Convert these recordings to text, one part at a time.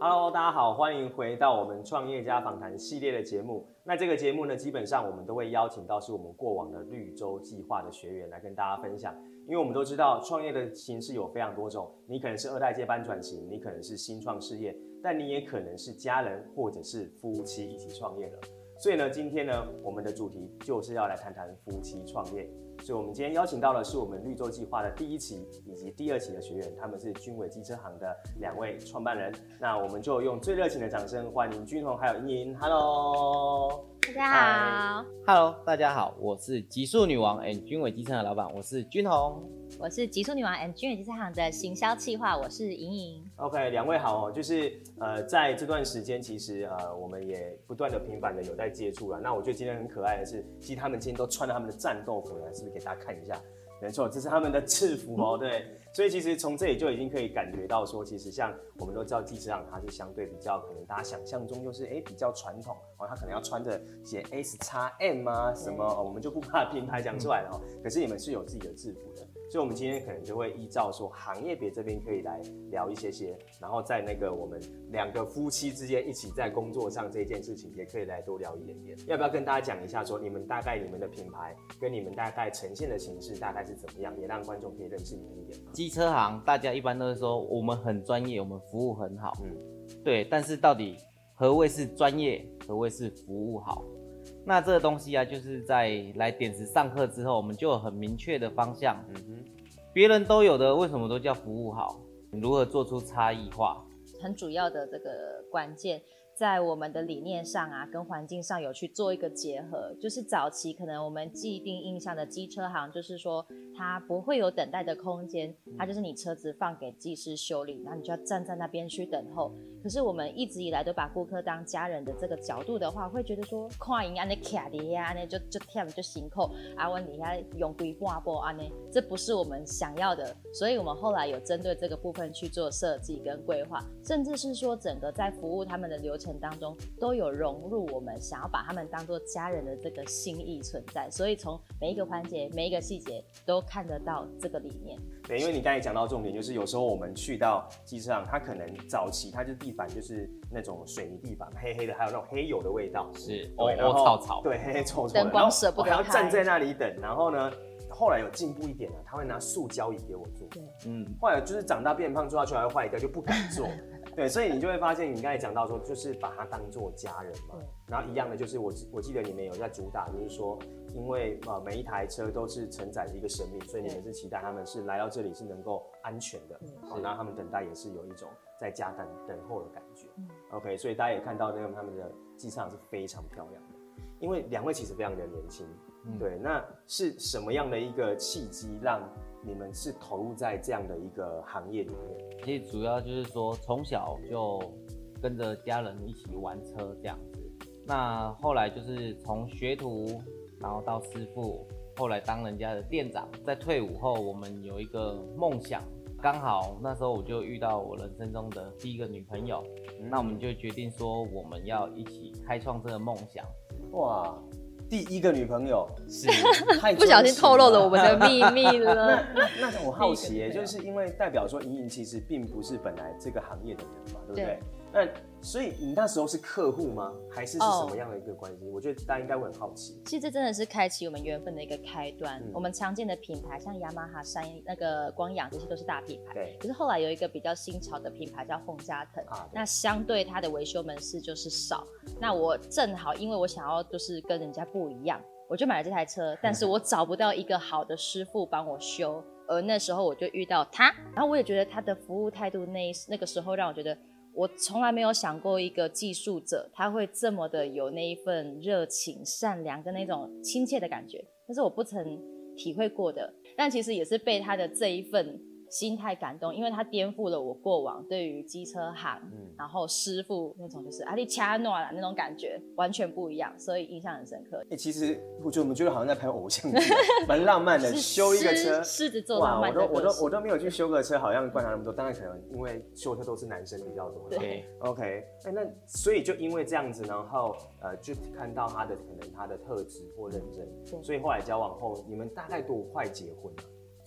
Hello， 大家好，欢迎回到我们创业家访谈系列的节目。那这个节目呢，基本上我们都会邀请到是我们过往的绿洲计划的学员来跟大家分享。因为我们都知道创业的形式有非常多种，你可能是2代接班转型，你可能是新创事业，但你也可能是家人或者是夫妻一起创业的。所以呢，今天呢，我们的主题就是要来谈谈夫妻创业。所以我们今天邀请到的是我们绿洲计划的第1期以及第2期的学员，他们是君伟机车行的2位创办人。那我们就用最热情的掌声欢迎君宏还有茵莹。Hello， 大家好。 Hello， 大家好，我是极速女王 and 君伟机车行的老板，我是君宏。 我是极速女王 and 君伟机车行的行销企划，我是莹莹。 OK， 2位好哦。就是在这段时间，其实我们也不断的频繁的有在接触了。那我觉得今天很可爱的是，其实他们今天都穿了他们的战斗服来，是不是给大家看一下？没错，这是他们的制服哦，对。所以其实从这里就已经可以感觉到说，其实像我们都知道机车行它是相对比较可能大家想象中就是比较传统哦，它可能要穿着写 S、X、M 啊什么，我们就不把品牌讲出来了哦。可是你们是有自己的制服的。所以，我们今天可能就会依照说行业别这边可以来聊一些，然后在那个我们2个夫妻之间一起在工作上这件事情，也可以来多聊一点点。要不要跟大家讲一下说，你们大概你们的品牌跟你们大概呈现的形式大概是怎么样，也让观众可以认识你们一点。 机车行大家一般都是说我们很专业，我们服务很好，对。但是到底何谓是专业，何谓是服务好？那这个东西啊，就是在来点子上课之后，我们就有很明确的方向。别人都有的，为什么都叫服务好？如何做出差异化？ 很主要的这个关键，在我们的理念上啊，跟环境上有去做一个结合。就是早期可能我们既定印象的机车行，就是说它不会有等待的空间，它就是你车子放给技师修理，然后你就要站在那边去等候。可是我们一直以来都把顾客当家人的这个角度的话，会觉得说，看人家那卡底呀，那就忝就辛苦，啊，我底下用规半波啊呢，这不是我们想要的。所以我们后来有针对这个部分去做设计跟规划，甚至是说整个在服务他们的流程当中，都有融入我们想要把他们当作家人的这个心意存在。所以从每一个环节、每一个细节都看得到这个理念。 对，因为你刚才讲到重点，就是有时候我们去到机车行，它可能早期它就地板就是那种水泥地板，黑黑的，还有那种黑油的味道， 是臭草， 对，黑黑臭臭的， 灯光舍不得开， 还要站在那里等。然后呢，后来有进步一点了，他会拿塑胶椅给我坐。后来就是长大变胖，坐下去还会坏掉，就不敢坐。对，所以你就会发现，你刚才讲到说，就是把它当作家人嘛。然后一样的，就是我记得你们有在主打，就是说，因为每一台车都是承载着一个生命，所以你们是期待他们是来到这里是能够安全的，然后他们等待也是有一种在家等候的感觉。OK， 所以大家也看到那个他们的机车行是非常漂亮的，因为2位其实非常的年轻。对，那是什么样的一个契机让你们是投入在这样的一个行业里面？ 其实主要就是说，从小就跟着家人一起玩车这样子。那后来就是从学徒，然后到师傅，后来当人家的店长。在退伍后，我们有一个梦想，刚好那时候我就遇到我人生中的第1个女朋友，那我们就决定说我们要一起开创这个梦想。 哇！第1个女朋友是不小心透露了我们的秘密了。 那我好奇耶，就是因为代表说莹莹其实并不是本来这个行业的人嘛，对不对？那所以你那时候是客户吗？还是什么样的一个关系？我觉得大家应该会很好奇。 其实这真的是开启我们缘分的一个开端。我们常见的品牌像雅马哈、山那个光阳，这些都是大品牌。 对。 可是后来有一个比较新潮的品牌叫凤佳腾，那相对它的维修门市就是少。那我正好因为我想要就是跟人家不一样，我就买了这台车，但是我找不到一个好的师傅帮我修，而那时候我就遇到他，然后我也觉得他的服务态度那个时候让我觉得。我从来没有想过一个技术者他会这么的有那一份热情、善良跟那种亲切的感觉，那是我不曾体会过的。但其实也是被他的这一份心态感动，因为他颠覆了我过往对于机车行，然后师傅那种就是你掐诺啦那种感觉完全不一样，所以印象很深刻。 其实我们觉得好像在拍偶像剧，蛮浪漫的，修一个车， 狮子座浪漫的个性。 我都没有去修个车，好像观察那么多，当然可能因为修车都是男生比较多。 对 ，OK， 那所以就因为这样子，然后就看到可能他的特质或认真，所以后来交往后，你们大概多快结婚啊？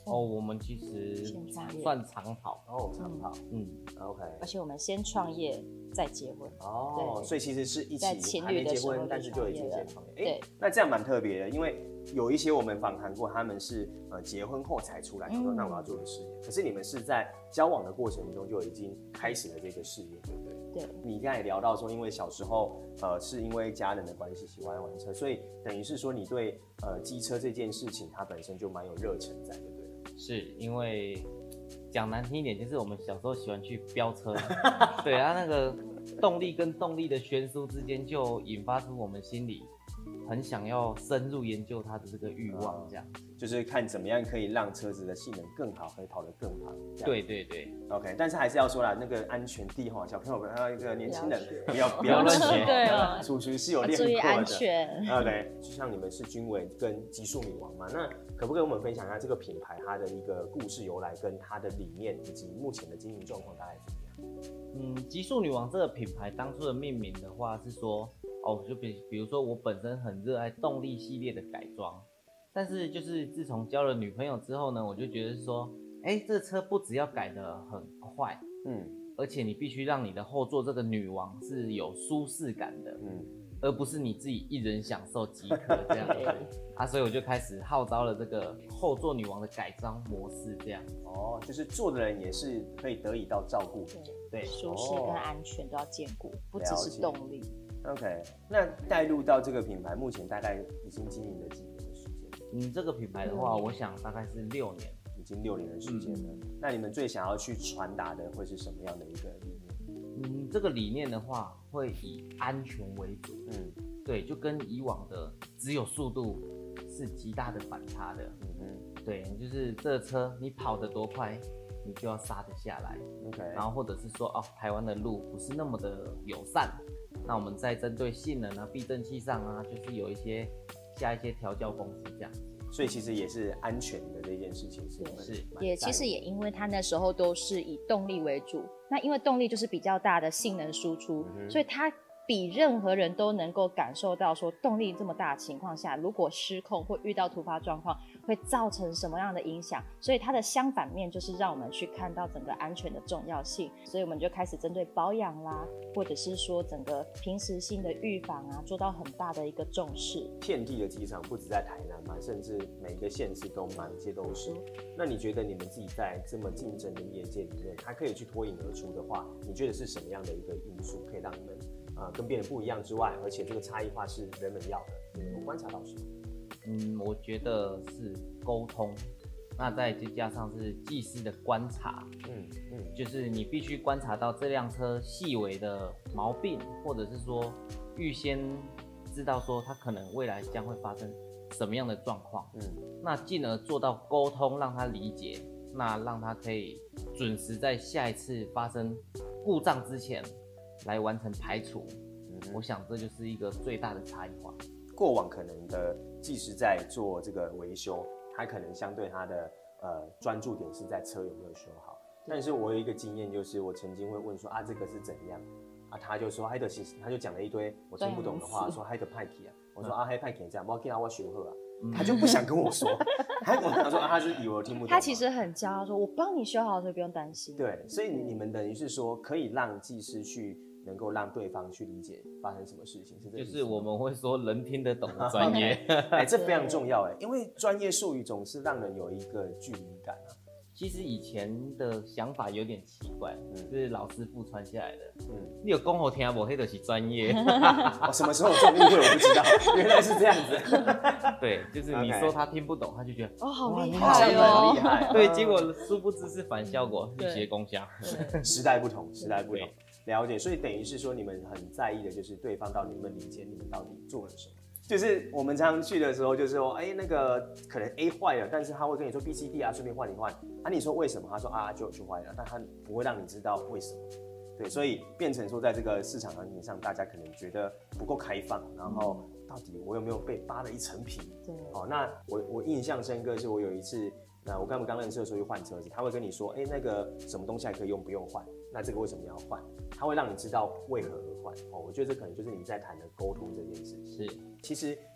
哦，我们其实算长跑哦，长跑，OK。 而且我们先创业再结婚哦，所以其实是一在起情侣的时候还没结婚，但是就已经先创业。 对， 那这样蛮特别的，因为有一些我们访谈过，他们是结婚后才出来说，那我要做个事业。可是你们是在交往的过程中就已经开始了这个事业，对不对？ 对。 你刚才也聊到说，因为小时候是因为家人的关系喜欢玩车，所以等于是说你对机车这件事情它本身就蛮有热忱在，对不对？ 是因为讲难听一点，就是我们小时候喜欢去飙车，对啊，那个动力跟动力的悬殊之间，就引发出我们心里很想要深入研究它的这个欲望，这样就是看怎么样可以让车子的性能更好，可以跑得更好。 对对对 ，OK。但是还是要说啦，那个安全第一哈，小朋友还有一个年轻人不要乱学， 对啊， 主持是有练过的， 注意安全。 OK， 就像你们是军委跟极速女王嘛，那可不可以跟我们分享一下这个品牌它的一个故事由来，跟它的理念以及目前的经营状况大概怎么样？ 极速女王这个品牌当初的命名的话是说，就比如说我本身很热爱动力系列的改装，但是就是自从交了女朋友之后呢，我就觉得说，这车不只要改得很快，而且你必须让你的后座这个女王是有舒适感的，而不是你自己一人享受即可这样子所以我就开始号召了这个后座女王的改装模式，这样就是坐的人也是可以得以到照顾， 对，舒适跟安全都要兼顾，不只是动力。 OK， 那带入到这个品牌，目前大概已经经营了几年的时间？ 这个品牌的话，我想大概是6年， 已经6年的时间了。那你们最想要去传达的会是什么样的一个理念？ 这个理念的话，会以安全为主。对，就跟以往的只有速度是极大的反差的。对，就是这车你跑得多快，你就要刹得下来。 OK， 然后或者是说，台湾的路不是那么的友善，那我们在针对性能啊、避震器上啊，就是有下一些调教公司这样子。 所以其实也是安全的这件事情是其实也因为它那时候都是以动力为主，那因为动力就是比较大的性能输出，所以它比任何人都能够感受到说动力这么大的情况下，如果失控或遇到突发状况会造成什么样的影响，所以它的相反面就是让我们去看到整个安全的重要性，所以我们就开始针对保养啦，或者是说整个平时性的预防啊，做到很大的一个重视。 遍地的机场不止在台南嘛，甚至每一个县市都满街都是。那你觉得你们自己在这么竞争的业界里面，它可以去脱颖而出的话，你觉得是什么样的一个因素可以让你们跟别人不一样之外，而且这个差异化是人们要的，你能够观察到什么？ 我觉得是沟通，那再加上是技师的观察，就是你必须观察到这辆车细微的毛病，或者是说预先知道说它可能未来将会发生什么样的状况，那进而做到沟通，让他理解，那让他可以准时在下一次发生故障之前来完成排除。我想这就是一个最大的差异化。 过往可能的技师在做这个维修，他可能相对他的专注点是在车有没有修好。但是我有一个经验，就是我曾经会问说这个是怎样他就说他就讲了一堆我听不懂的话，说海德派克我说海派克这样，我给他我学会他就不想跟我说，他说他是以为我听不懂。 他其实很骄傲说，我帮你修好，所以不用担心。 对，所以你们等于是说可以让技师去能够让对方去理解发生什么事情，是这个意思吗？ 就是我们会说人听得懂的专业这非常重要因为专业术语总是让人有一个距离感其实以前的想法有点奇怪，就是老师傅传下来的。你有讲好听不？那就是专业。 什么时候有这种误会我不知道，原来是这样子。 对，就是你说他听不懂，他就觉得好厉害哦， 很厉害。 对，结果殊不知是反效果，一些功效。 时代不同，了解。所以等于是说，你们很在意的就是对方到底能不能理解你们到底做了什么。就是我们常常去的时候，就是说，那个可能 A 坏了，但是他会跟你说 B、C、D 顺便换一换。你说为什么？他说就坏了，但他不会让你知道为什么。对，所以变成说，在这个市场行情上，大家可能觉得不够开放，然后到底我有没有被扒了一层皮？ 对。 那我印象深刻是我有一次，我刚认识的时候去换车子，他会跟你说，那个什么东西还可以用，不用换。那这个为什么要换？他会让你知道为何而换。我觉得这可能就是你在谈的沟通这件事。 是， 其实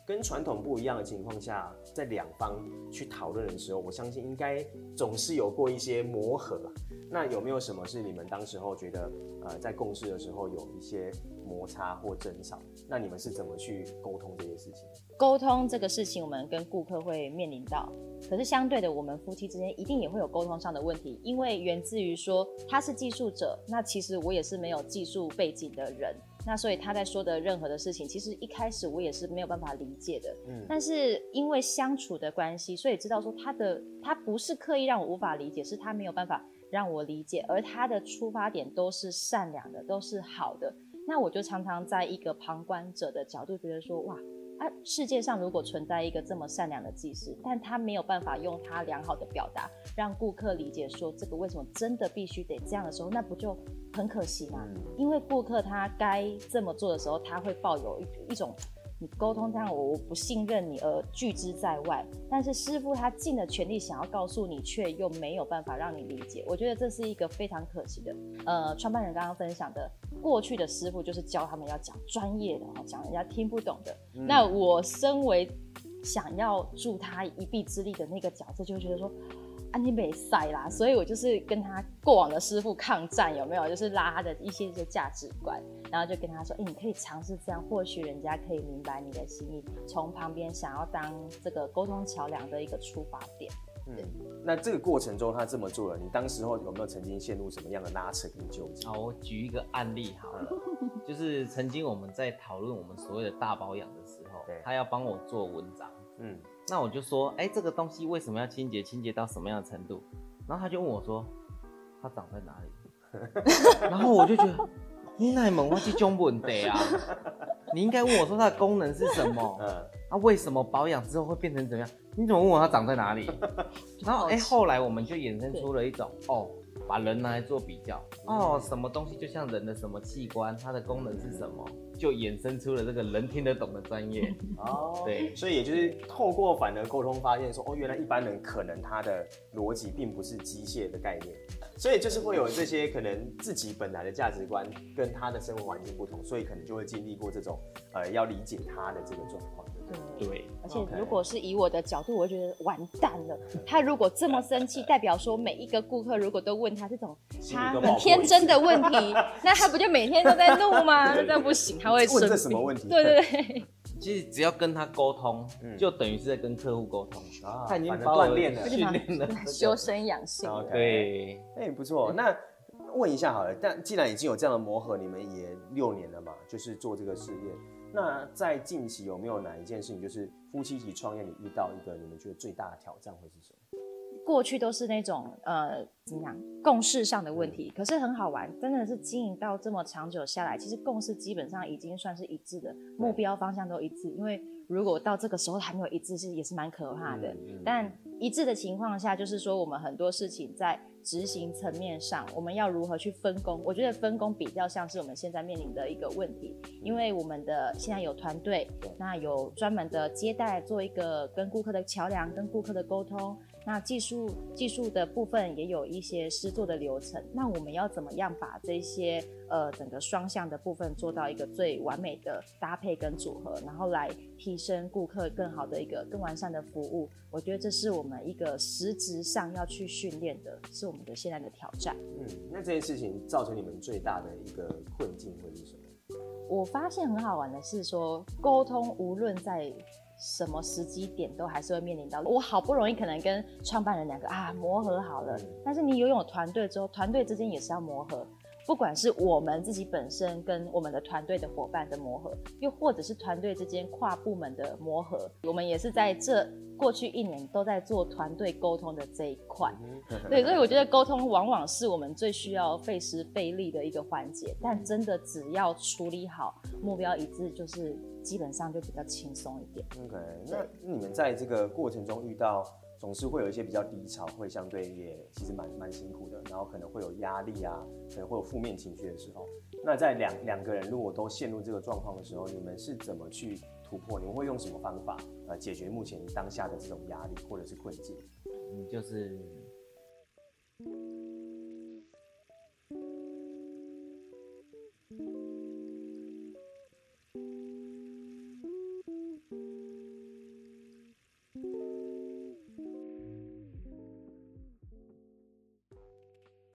跟传统不一样的情况下，在两方去讨论的时候，我相信应该总是有过一些磨合啦。那有没有什么是你们当时候觉得在共事的时候有一些摩擦或争吵？那你们是怎么去沟通这些事情？ 沟通这个事情，我们跟顾客会面临到，可是相对的，我们夫妻之间一定也会有沟通上的问题，因为源自于说他是技术者，那其实我也是没有技术背景的人，那所以他在说的任何的事情，其实一开始我也是没有办法理解的。但是因为相处的关系，所以知道说他不是刻意让我无法理解，是他没有办法让我理解，而他的出发点都是善良的，都是好的。那我就常常在一个旁观者的角度觉得说，哇，世界上如果存在一个这么善良的技师，但他没有办法用他良好的表达让顾客理解说这个为什么真的必须得这样的时候，那不就很可惜吗？因为顾客他该这么做的时候，他会抱有一种你沟通这样我不信任你而拒之在外，但是师傅他尽了全力想要告诉你，却又没有办法让你理解，我觉得这是一个非常可惜的。创办人刚刚分享的，过去的师傅就是教他们要讲专业的，讲人家听不懂的。那我身为想要助他一臂之力的那个角色，就会觉得说你没赛啦，所以我就是跟他过往的师傅抗战，有没有？就是拉他的一些价值观，然后就跟他说，你可以尝试这样，或许人家可以明白你的心意，从旁边想要当这个沟通桥梁的一个出发点。 那这个过程中他这么做了，你当时候有没有曾经陷入什么样的拉扯跟纠结？ 我举一个案例好了，就是曾经我们在讨论我们所谓的大保养的时候，他要帮我做文章，那我就说，这个东西为什么要清洁？清洁到什么样的程度？然后他就问我说，它长在哪里？然后我就觉得，你哪问我这种问题啊？你应该问我说它的功能是什么？为什么保养之后会变成怎么样？你怎么问我它长在哪里？然后后来我们就衍生出了一种把人拿来做比较，什么东西就像人的什么器官，它的功能是什么？就衍生出了这个人听得懂的专业。对， 所以也就是透过反而沟通发现说，原来一般人可能他的逻辑并不是机械的概念，所以就是会有这些可能自己本来的价值观跟他的生活环境不同，所以可能就会经历过这种要理解他的这个状况。 对，而且如果是以我的角度，我会觉得完蛋了。他如果这么生气，代表说每一个顾客如果都问他这种他很天真的问题，那他不就每天都在怒吗？那这样不行，他会生病。 问这什么问题？ 对。 其实只要跟他沟通，就等于是在跟客户沟通。他已经锻炼了， 训练了， 修身养性。 对， 不错。那问一下好了，但既然已经有这样的磨合，你们也6年了嘛，就是做这个事业。那在近期有没有哪一件事情，就是夫妻一起创业，你遇到一个你们觉得最大的挑战会是什么？ 过去都是那种怎么样共识上的问题，可是很好玩，真的是经营到这么长久下来，其实共识基本上已经算是一致的，目标方向都一致。因为如果到这个时候还没有一致，也是蛮可怕的。但一致的情况下，就是说我们很多事情在执行层面上，我们要如何去分工？我觉得分工比较像是我们现在面临的一个问题，因为我们的现在有团队，那有专门的接待，做一个跟顾客的桥梁，跟顾客的沟通。那技术的部分也有一些施作的流程，那我们要怎么样把这些整个双向的部分做到一个最完美的搭配跟组合，然后来提升顾客更好的一个更完善的服务？我觉得这是我们一个实质上要去训练的，是我们的现在的挑战。 那这件事情造成你们最大的一个困境会是什么？ 我发现很好玩的是说，沟通无论在什么时机点都还是会面临到，我好不容易可能跟创办人两个磨合好了，但是你拥有团队之后，团队之间也是要磨合，不管是我们自己本身跟我们的团队的伙伴的磨合，又或者是团队之间跨部门的磨合，我们也是在这过去1年都在做团队沟通的这一块。对，所以我觉得沟通往往是我们最需要费时费力的一个环节，但真的只要处理好，目标一致，就是基本上就比较轻松一点。 OK， 那你们在这个过程中遇到总是会有一些比较低潮，会相对也其实蛮辛苦的，然后可能会有压力啊，可能会有负面情绪的时候，那在两个人如果都陷入这个状况的时候，你们是怎么去突破？你们会用什么方法解决目前当下的这种压力或者是困境？ 就是。